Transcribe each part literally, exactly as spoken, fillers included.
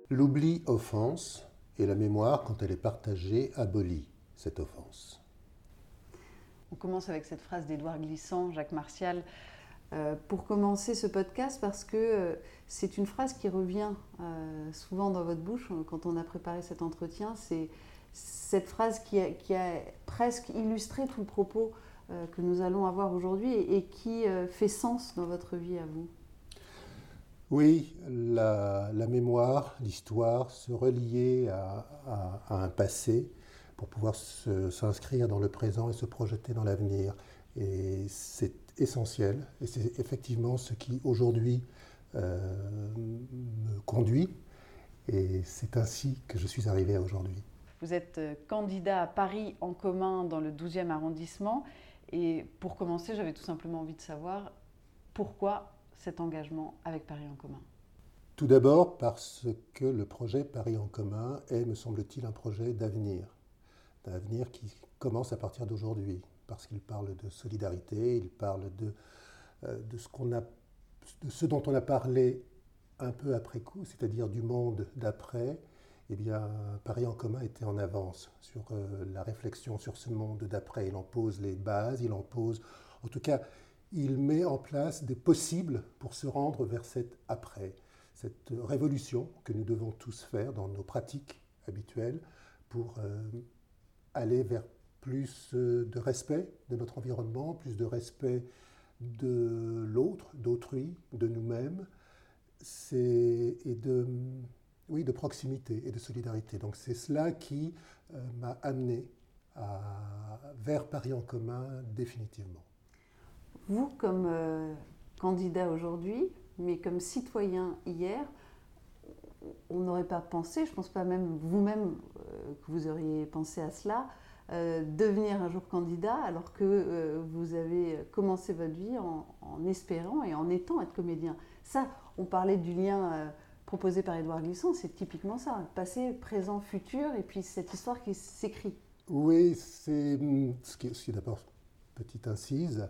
L'oubli offense et la mémoire, quand elle est partagée, abolit cette offense. On commence avec cette phrase d'Édouard Glissant, Jacques Martial, euh, pour commencer ce podcast parce que euh, c'est une phrase qui revient euh, souvent dans votre bouche quand on a préparé cet entretien. C'est cette phrase qui a, qui a presque illustré tout le propos euh, que nous allons avoir aujourd'hui et, et qui euh, fait sens dans votre vie à vous. Oui, la, la mémoire, l'histoire, se relier à, à, à un passé pour pouvoir se, s'inscrire dans le présent et se projeter dans l'avenir. Et c'est essentiel, et c'est effectivement ce qui aujourd'hui euh, me conduit, et c'est ainsi que je suis arrivé à aujourd'hui. Vous êtes candidat à Paris en commun dans le douzième arrondissement, et pour commencer, j'avais tout simplement envie de savoir pourquoi cet engagement avec Paris en commun. Tout d'abord parce que le projet Paris en commun est, me semble-t-il, un projet d'avenir, d'avenir qui commence à partir d'aujourd'hui, parce qu'il parle de solidarité, il parle de, euh, de, ce qu'on a, de ce dont on a parlé un peu après coup, c'est-à-dire du monde d'après. Eh bien, Paris en commun était en avance sur euh, la réflexion sur ce monde d'après. Il en pose les bases, il en pose, en tout cas, il met en place des possibles pour se rendre vers cet après, cette révolution que nous devons tous faire dans nos pratiques habituelles pour euh, aller vers plus de respect de notre environnement, plus de respect de l'autre, d'autrui, de nous-mêmes, c'est, et de, oui, de proximité et de solidarité. Donc c'est cela qui euh, m'a amené à, vers Paris en commun définitivement. Vous, comme euh, candidat aujourd'hui, mais comme citoyen hier, on n'aurait pas pensé, je ne pense pas même vous-même euh, que vous auriez pensé à cela, euh, devenir un jour candidat alors que euh, vous avez commencé votre vie en, en espérant et en étant être comédien. Ça, on parlait du lien euh, proposé par Édouard Glissant, c'est typiquement ça, passé, présent, futur, et puis cette histoire qui s'écrit. Oui, c'est ce qui est, ce qui est d'abord, petite incise,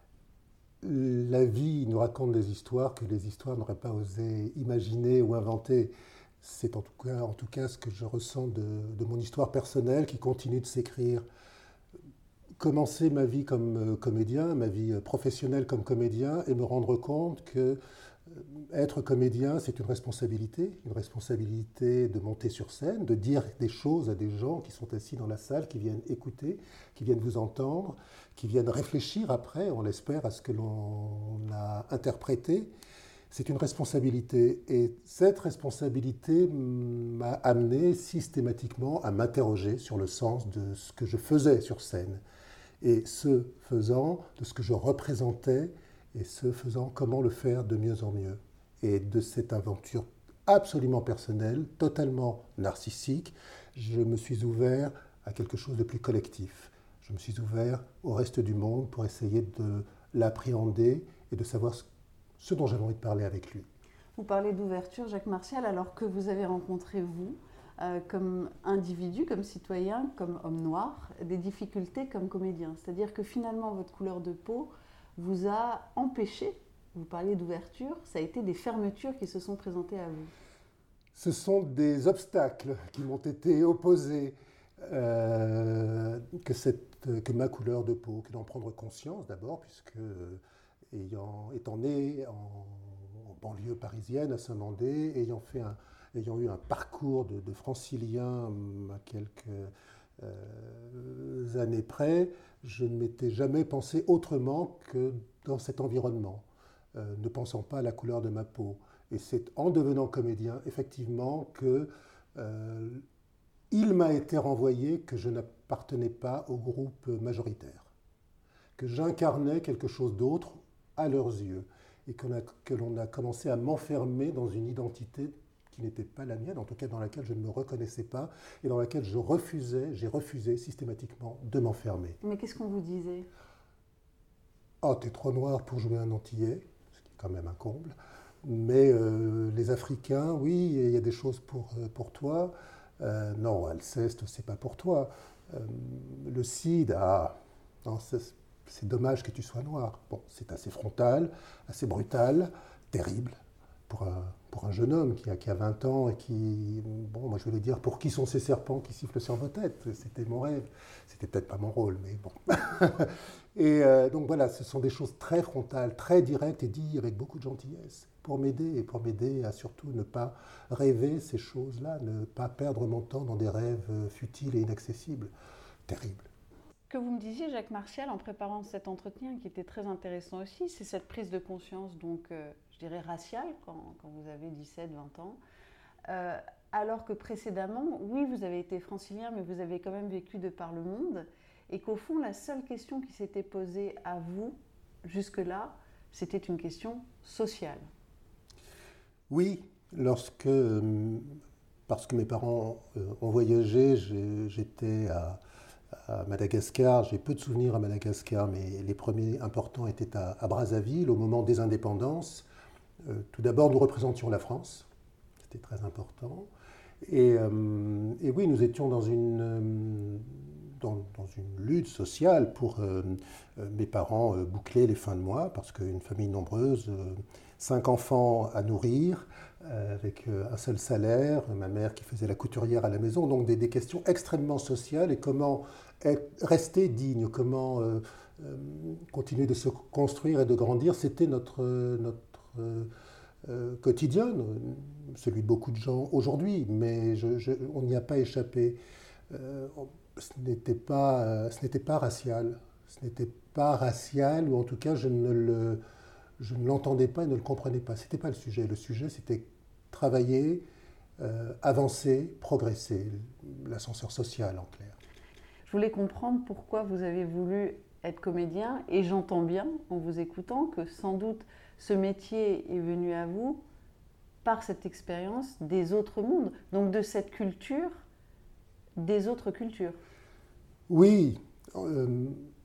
la vie nous raconte des histoires que les histoires n'auraient pas osé imaginer ou inventer. C'est en tout cas, en tout cas ce que je ressens de, de mon histoire personnelle qui continue de s'écrire. Commencer ma vie comme comédien, ma vie professionnelle comme comédien, et me rendre compte que être comédien, c'est une responsabilité, une responsabilité de monter sur scène, de dire des choses à des gens qui sont assis dans la salle, qui viennent écouter, qui viennent vous entendre, qui viennent réfléchir après, on l'espère, à ce que l'on a interprété. C'est une responsabilité, et cette responsabilité m'a amené systématiquement à m'interroger sur le sens de ce que je faisais sur scène, et ce faisant, de ce que je représentais, et ce faisant, comment le faire de mieux en mieux. Et de cette aventure absolument personnelle, totalement narcissique, je me suis ouvert à quelque chose de plus collectif. Je me suis ouvert au reste du monde pour essayer de l'appréhender et de savoir ce, ce dont j'avais envie de parler avec lui. Vous parlez d'ouverture, Jacques Martial, alors que vous avez rencontré, vous, euh, comme individu, comme citoyen, comme homme noir, des difficultés comme comédien. C'est-à-dire que finalement, votre couleur de peau vous a empêché, vous parliez d'ouverture, ça a été des fermetures qui se sont présentées à vous. Ce sont des obstacles qui m'ont été opposés, euh, que, cette, que ma couleur de peau, que d'en prendre conscience d'abord, puisque euh, ayant, étant né en, en banlieue parisienne, à Saint-Mandé, ayant, fait un, ayant eu un parcours de, de francilien à quelques euh, années près, je ne m'étais jamais pensé autrement que dans cet environnement, euh, ne pensant pas à la couleur de ma peau. Et c'est en devenant comédien, effectivement, que euh, il m'a été renvoyé que je n'appartenais pas au groupe majoritaire, que j'incarnais quelque chose d'autre à leurs yeux, et qu'on a, que l'on a commencé à m'enfermer dans une identité qui n'était pas la mienne, en tout cas dans laquelle je ne me reconnaissais pas, et dans laquelle je refusais, j'ai refusé systématiquement de m'enfermer. Mais qu'est-ce qu'on vous disait ? Oh, t'es trop noir pour jouer un Antillais, ce qui est quand même un comble. Mais euh, les Africains, oui, il y a des choses pour, pour toi. Euh, non, Alceste, c'est pas pour toi. Euh, le sida, ah, non, c'est, c'est dommage que tu sois noir. Bon, c'est assez frontal, assez brutal, terrible pour un pour un jeune homme qui a, qui a vingt ans et qui, bon, moi je voulais dire, pour qui sont ces serpents qui sifflent sur vos têtes? C'était mon rêve. C'était peut-être pas mon rôle, mais bon. Et euh, donc voilà, ce sont des choses très frontales, très directes et dites avec beaucoup de gentillesse pour m'aider et pour m'aider à surtout ne pas rêver ces choses-là, ne pas perdre mon temps dans des rêves futiles et inaccessibles. Terrible. Ce que vous me disiez, Jacques Martial, en préparant cet entretien, qui était très intéressant aussi, c'est cette prise de conscience, donc, euh, je dirais raciale, quand, quand vous avez dix-sept vingt ans, euh, alors que précédemment, oui, vous avez été francilien, mais vous avez quand même vécu de par le monde, et qu'au fond, la seule question qui s'était posée à vous, jusque-là, c'était une question sociale. Oui, lorsque, euh, parce que mes parents euh, ont voyagé, j'étais à... à Madagascar. J'ai peu de souvenirs à Madagascar, mais les premiers importants étaient à, à Brazzaville, au moment des indépendances. Euh, tout d'abord, nous représentions la France, c'était très important. Et, euh, et oui, nous étions dans une, euh, dans, dans une lutte sociale pour euh, euh, mes parents euh, boucler les fins de mois, parce qu'une famille nombreuse, euh, cinq enfants à nourrir, euh, avec euh, un seul salaire, ma mère qui faisait la couturière à la maison, donc des, des questions extrêmement sociales et comment être, rester digne, comment euh, euh, continuer de se construire et de grandir, c'était notre, notre euh, euh, quotidien, celui de beaucoup de gens aujourd'hui, mais je, je, on n'y a pas échappé. Euh, ce n'était pas, euh, ce n'était pas racial, ce n'était pas racial, ou en tout cas je ne le... Je ne l'entendais pas et ne le comprenais pas. Ce n'était pas le sujet. Le sujet, c'était travailler, euh, avancer, progresser, l'ascenseur social en clair. Je voulais comprendre pourquoi vous avez voulu être comédien, et j'entends bien, en vous écoutant, que sans doute ce métier est venu à vous par cette expérience des autres mondes, donc de cette culture, des autres cultures. Oui. Euh,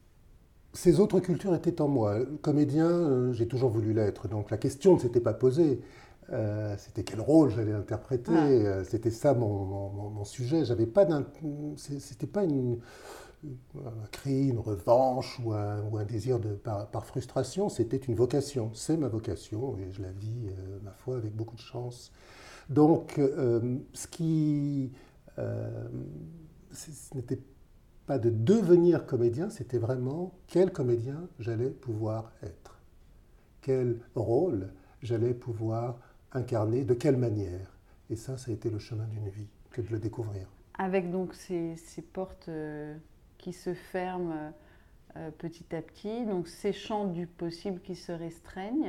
Ces autres cultures étaient en moi. Comédien, euh, j'ai toujours voulu l'être, donc la question ne s'était pas posée. Euh, c'était quel rôle j'allais interpréter, ah. euh, c'était ça mon, mon, mon sujet. J'avais pas d'un, c'était pas une, un cri, une revanche ou un, ou un désir de, par, par frustration, c'était une vocation. C'est ma vocation et je la vis, euh, ma foi, avec beaucoup de chance. Donc, euh, ce qui, euh, ce n'était pas pas de devenir comédien, c'était vraiment quel comédien j'allais pouvoir être, quel rôle j'allais pouvoir incarner, de quelle manière. Et ça, ça a été le chemin d'une vie, que de le découvrir. Avec donc ces, ces portes euh, qui se ferment euh, petit à petit, donc ces champs du possible qui se restreignent,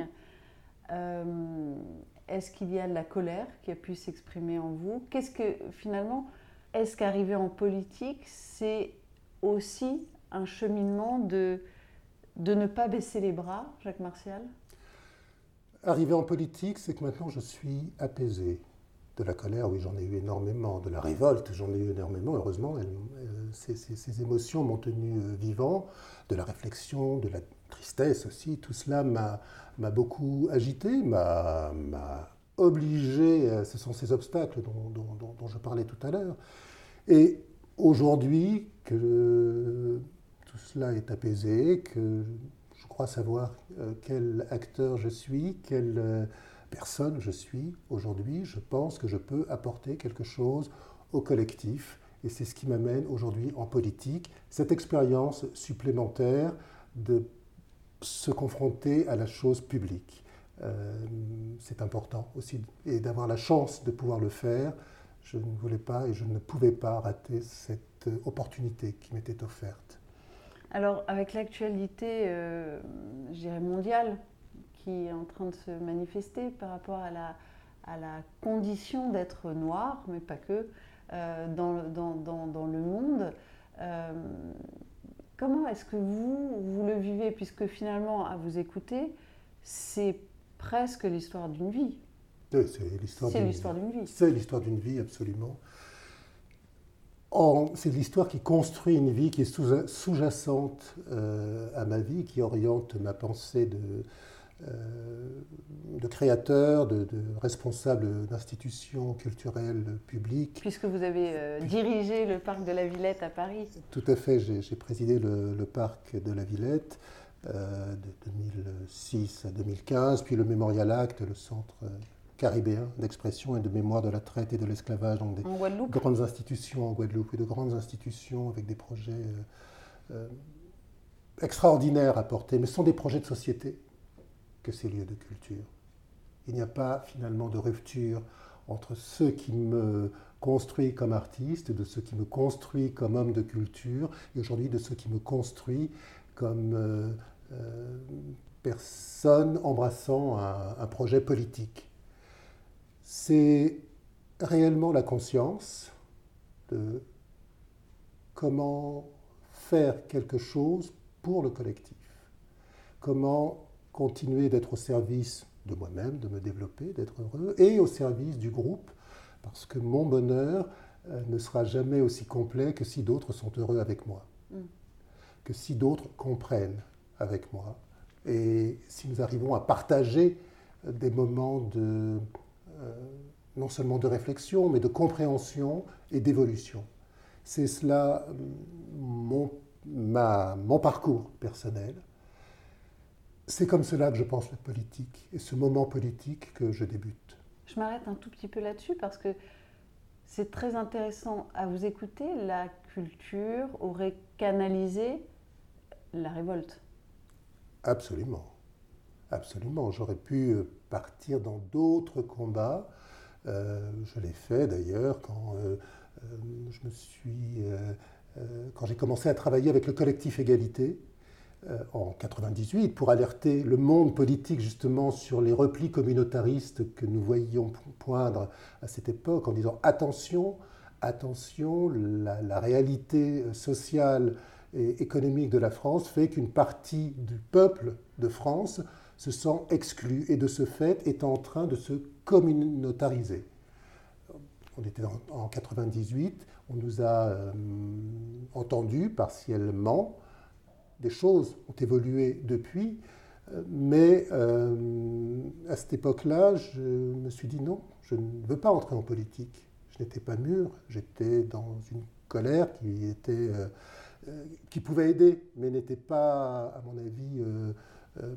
euh, est-ce qu'il y a de la colère qui a pu s'exprimer en vous? Qu'est-ce que finalement, est-ce qu'arriver en politique, c'est aussi un cheminement de, de ne pas baisser les bras, Jacques Martial? Arriver en politique, c'est que maintenant je suis apaisé. De la colère, oui, j'en ai eu énormément. De la révolte, j'en ai eu énormément. Heureusement, elle, euh, ces, ces, ces émotions m'ont tenu euh, vivant. De la réflexion, de la tristesse aussi. Tout cela m'a, m'a beaucoup agité, m'a, m'a obligé. Euh, ce sont ces obstacles dont, dont, dont, dont je parlais tout à l'heure. Et aujourd'hui, que tout cela est apaisé, que je crois savoir quel acteur je suis, quelle personne je suis aujourd'hui, je pense que je peux apporter quelque chose au collectif. Et c'est ce qui m'amène aujourd'hui en politique, cette expérience supplémentaire de se confronter à la chose publique. Euh, c'est important aussi, et d'avoir la chance de pouvoir le faire. Je ne voulais pas et je ne pouvais pas rater cette opportunité qui m'était offerte. Alors, avec l'actualité, euh, je dirais mondiale, qui est en train de se manifester par rapport à la, à la condition d'être noir, mais pas que, euh, dans, dans, dans, dans le monde, euh, comment est-ce que vous, vous le vivez? Puisque finalement, à vous écouter, c'est presque l'histoire d'une vie. Oui, c'est l'histoire, c'est d'une, l'histoire d'une vie. C'est l'histoire d'une vie, absolument. Or, c'est l'histoire qui construit une vie qui est sous, sous-jacente euh, à ma vie, qui oriente ma pensée de, euh, de créateur, de, de responsable d'institutions culturelles publiques. Puisque vous avez euh, dirigé le parc de la Villette à Paris. Tout à fait, j'ai, j'ai présidé le, le parc de la Villette euh, de deux mille six à deux mille quinze, puis le Memorial Act, le centre caribéen d'expression et de mémoire de la traite et de l'esclavage, donc des En Guadeloupe. grandes institutions en Guadeloupe, et de grandes institutions avec des projets euh, euh, extraordinaires à porter, mais ce sont des projets de société que ces lieux de culture. Il n'y a pas finalement de rupture entre ceux qui me construit comme artiste, de ce qui me construit comme homme de culture, et aujourd'hui de ce qui me construit comme euh, euh, personne embrassant un, un projet politique. C'est réellement la conscience de comment faire quelque chose pour le collectif, comment continuer d'être au service de moi-même, de me développer, d'être heureux, et au service du groupe, parce que mon bonheur euh, ne sera jamais aussi complet que si d'autres sont heureux avec moi, mm. que si d'autres comprennent avec moi, et si nous arrivons à partager des moments de, euh, non seulement de réflexion, mais de compréhension et d'évolution. C'est cela mon, ma, mon parcours personnel. C'est comme cela que je pense la politique, et ce moment politique que je débute. Je m'arrête un tout petit peu là-dessus parce que c'est très intéressant à vous écouter. La culture aurait canalisé la révolte. Absolument. Absolument. J'aurais pu partir dans d'autres combats. Euh, je l'ai fait d'ailleurs quand euh, euh, je me suis, euh, euh, quand j'ai commencé à travailler avec le collectif Égalité euh, en quatre-vingt-dix-huit pour alerter le monde politique justement sur les replis communautaristes que nous voyions poindre à cette époque en disant attention, attention, la, la réalité sociale et économique de la France fait qu'une partie du peuple de France se sent exclu et de ce fait est en train de se communautariser. On était en, en quatre-vingt-dix-huit, on nous a euh, entendus partiellement, des choses ont évolué depuis, euh, mais euh, à cette époque-là, je me suis dit non, je ne veux pas entrer en politique. Je n'étais pas mûr, j'étais dans une colère qui était... Euh, euh, qui pouvait aider, mais n'était pas, à mon avis, euh, euh,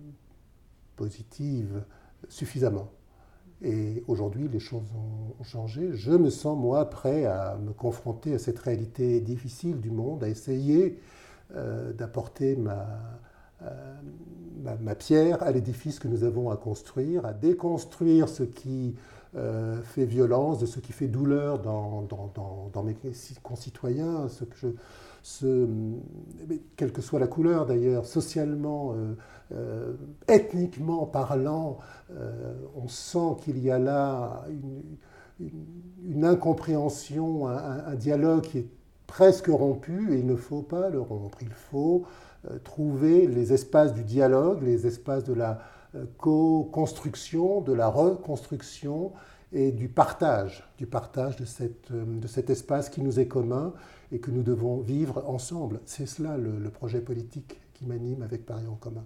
positive suffisamment. Et aujourd'hui, les choses ont changé. Je me sens, moi, prêt à me confronter à cette réalité difficile du monde, à essayer euh, d'apporter ma, euh, ma, ma pierre à l'édifice que nous avons à construire, à déconstruire ce qui euh, fait violence, de ce qui fait douleur dans, dans, dans, dans mes concitoyens, ce que je... Ce, quelle que soit la couleur d'ailleurs, socialement, euh, euh, ethniquement parlant, euh, on sent qu'il y a là une, une, une incompréhension, un, un dialogue qui est presque rompu, et il ne faut pas le rompre. Il faut euh, trouver les espaces du dialogue, les espaces de la euh, co-construction, de la reconstruction et du partage, du partage de, cette, de cet espace qui nous est commun et que nous devons vivre ensemble. C'est cela le, le projet politique qui m'anime avec Paris en commun.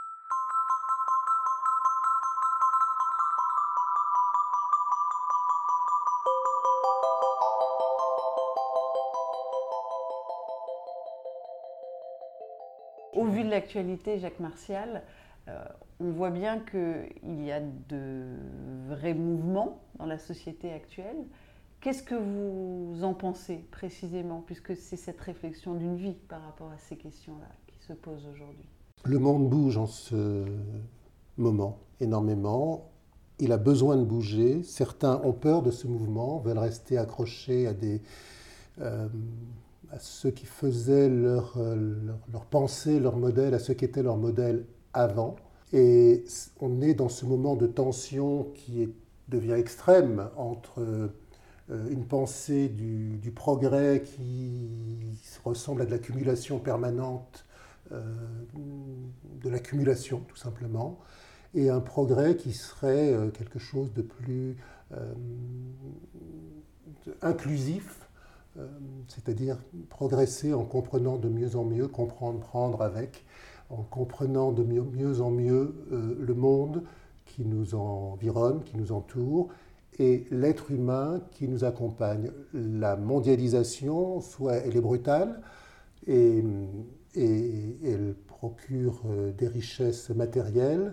Au vu de l'actualité, Jacques Martial, euh, on voit bien qu'il y a de vrais mouvements dans la société actuelle. Qu'est-ce que vous en pensez précisément, puisque c'est cette réflexion d'une vie par rapport à ces questions-là qui se posent aujourd'hui? Le monde bouge en ce moment énormément. Il a besoin de bouger. Certains ont peur de ce mouvement, veulent rester accrochés à, des, euh, à ceux qui faisaient leur, leur, leur pensée, leur modèle, à ceux qui étaient leur modèle avant. Et on est dans ce moment de tension qui est, devient extrême entre une pensée du, du progrès qui ressemble à de l'accumulation permanente, euh, de l'accumulation tout simplement, et un progrès qui serait euh, quelque chose de plus euh, de, inclusif, euh, c'est-à-dire progresser en comprenant de mieux en mieux, comprendre, prendre avec, en comprenant de mieux, mieux en mieux euh, le monde qui nous environne, qui nous entoure, et l'être humain qui nous accompagne. La mondialisation, soit elle est brutale, et, et, et elle procure des richesses matérielles,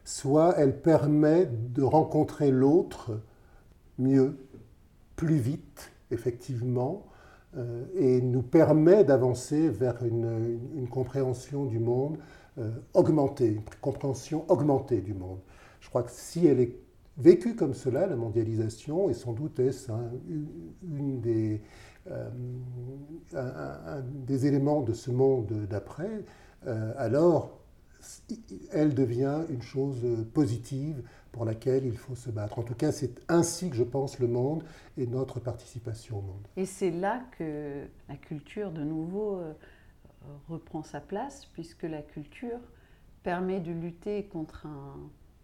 soit elle permet de rencontrer l'autre mieux, plus vite, effectivement, euh, et nous permet d'avancer vers une, une compréhension du monde euh, augmentée, une compréhension augmentée du monde. Je crois que si elle est vécue comme cela, la mondialisation, et sans doute est-ce un, une des, euh, un, un des éléments de ce monde d'après, euh, alors elle devient une chose positive pour laquelle il faut se battre. En tout cas, c'est ainsi que je pense le monde et notre participation au monde. Et c'est là que la culture, de nouveau, euh, reprend sa place, puisque la culture permet de lutter contre un,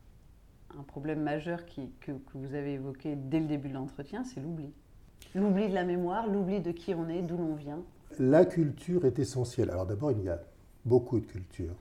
un problème majeur qui, que, que vous avez évoqué dès le début de l'entretien, c'est l'oubli. L'oubli de la mémoire, l'oubli de qui on est, d'où l'on vient. La culture est essentielle. Alors d'abord, il y a beaucoup de cultures.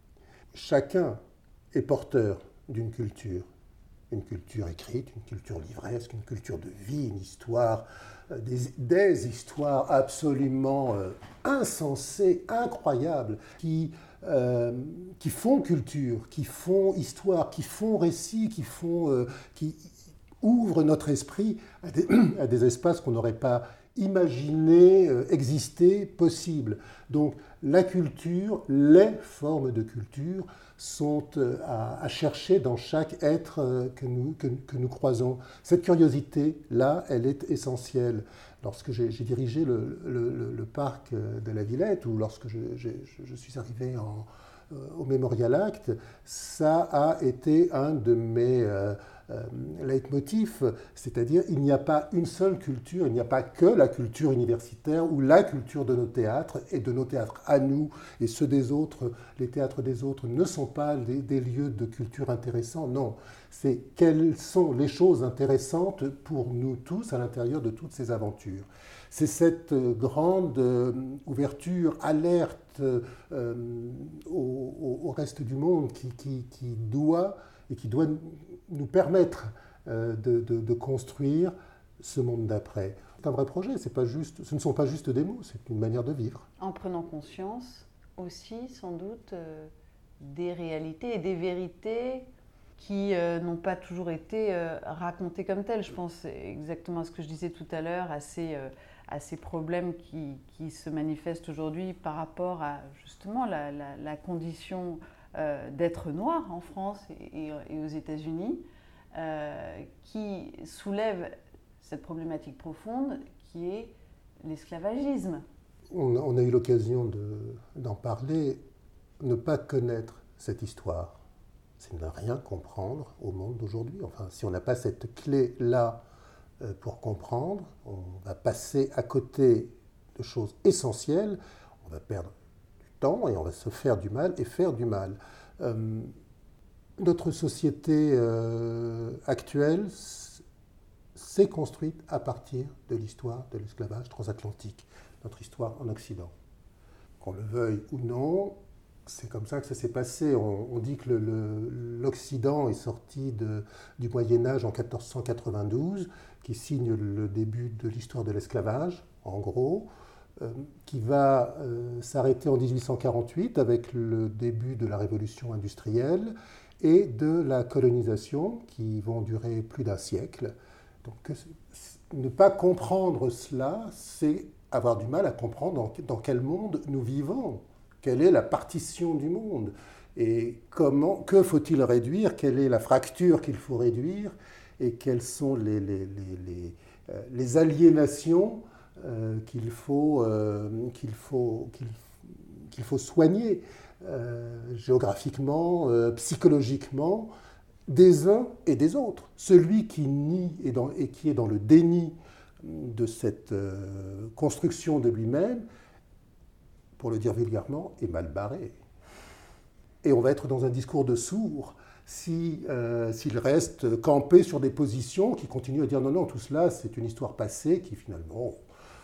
Chacun est porteur d'une culture. Une culture écrite, une culture livresque, une culture de vie, une histoire, euh, des, des histoires absolument euh, insensées, incroyables, qui, euh, qui font culture, qui font histoire, qui font récit, qui, font, euh, qui ouvrent notre esprit à des, à des espaces qu'on n'aurait pas imaginé euh, exister, possibles. Donc la culture, les formes de culture sont euh, à, à chercher dans chaque être euh, que, nous, que, que nous croisons. Cette curiosité-là, elle est essentielle. Lorsque j'ai, j'ai dirigé le, le, le parc de la Villette, ou lorsque je, je, je suis arrivé en, euh, au Memorial Act, ça a été un de mes euh, euh, leitmotifs, c'est-à-dire il n'y a pas une seule culture, il n'y a pas que la culture universitaire ou la culture de nos théâtres, et de nos théâtres à nous et ceux des autres, les théâtres des autres ne sont pas des, des lieux de culture intéressants, non. C'est quelles sont les choses intéressantes pour nous tous à l'intérieur de toutes ces aventures. C'est cette grande ouverture, alerte euh, au, au reste du monde qui, qui, qui doit et qui doit nous permettre euh, de, de, de construire ce monde d'après. C'est un vrai projet, c'est pas juste, ce ne sont pas juste des mots, c'est une manière de vivre. En prenant conscience aussi, sans doute, euh, des réalités et des vérités qui euh, n'ont pas toujours été euh, racontées comme telles. Je pense exactement à ce que je disais tout à l'heure, à ces, euh, à ces problèmes qui, qui se manifestent aujourd'hui par rapport à justement la, la, la condition euh, d'être noir en France et, et, et aux États-Unis, euh, qui soulève cette problématique profonde qui est l'esclavagisme. On a, on a eu l'occasion de, d'en parler. Ne pas connaître cette histoire, c'est ne rien comprendre au monde d'aujourd'hui. Enfin, si on n'a pas cette clé-là euh, pour comprendre, on va passer à côté de choses essentielles, on va perdre du temps et on va se faire du mal et faire du mal. Euh, notre société euh, actuelle s'est construite à partir de l'histoire de l'esclavage transatlantique, notre histoire en Occident. Qu'on le veuille ou non, c'est comme ça que ça s'est passé. On, on dit que le, le, l'Occident est sorti de, du Moyen-Âge en quatorze cent quatre-vingt-douze, qui signe le début de l'histoire de l'esclavage, en gros, euh, qui va euh, s'arrêter en dix-huit cent quarante-huit avec le début de la révolution industrielle et de la colonisation, qui vont durer plus d'un siècle. Donc, que, ne pas comprendre cela, c'est avoir du mal à comprendre dans, dans quel monde nous vivons. Quelle est la partition du monde et comment, que faut-il réduire, quelle est la fracture qu'il faut réduire et quelles sont les, les, les, les, euh, les aliénations euh, qu'il faut, euh, qu'il faut, qu'il, qu'il faut soigner euh, géographiquement, euh, psychologiquement, des uns et des autres. Celui qui nie et, dans, et qui est dans le déni de cette euh, construction de lui-même, pour le dire vulgairement, est mal barré. Et on va être dans un discours de sourds si, euh, s'il reste campé sur des positions qui continuent à dire non, non, tout cela, c'est une histoire passée qui finalement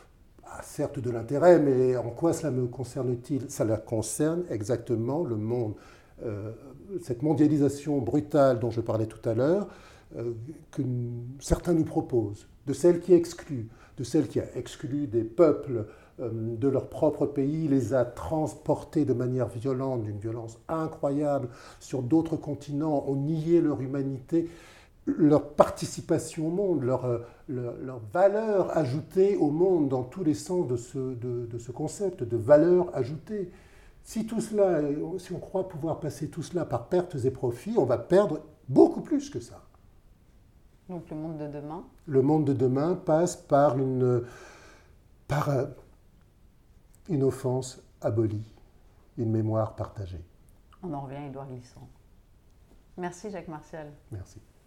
a certes de l'intérêt, mais en quoi cela me concerne-t-il ? Ça la concerne exactement le monde. Euh, cette mondialisation brutale dont je parlais tout à l'heure, euh, que nous, certains nous proposent, de celle qui exclut, de celle qui a exclu des peuples de leur propre pays, les a transportés de manière violente, d'une violence incroyable, sur d'autres continents, ont nié leur humanité, leur participation au monde, leur, leur, leur valeur ajoutée au monde dans tous les sens de ce, de, de ce concept de valeur ajoutée. Si tout cela, si on croit pouvoir passer tout cela par pertes et profits, on va perdre beaucoup plus que ça. Donc le monde de demain. Le monde de demain passe par une, par une offense abolie, une mémoire partagée. On en revient à Édouard Glissant. Merci Jacques Martial. Merci.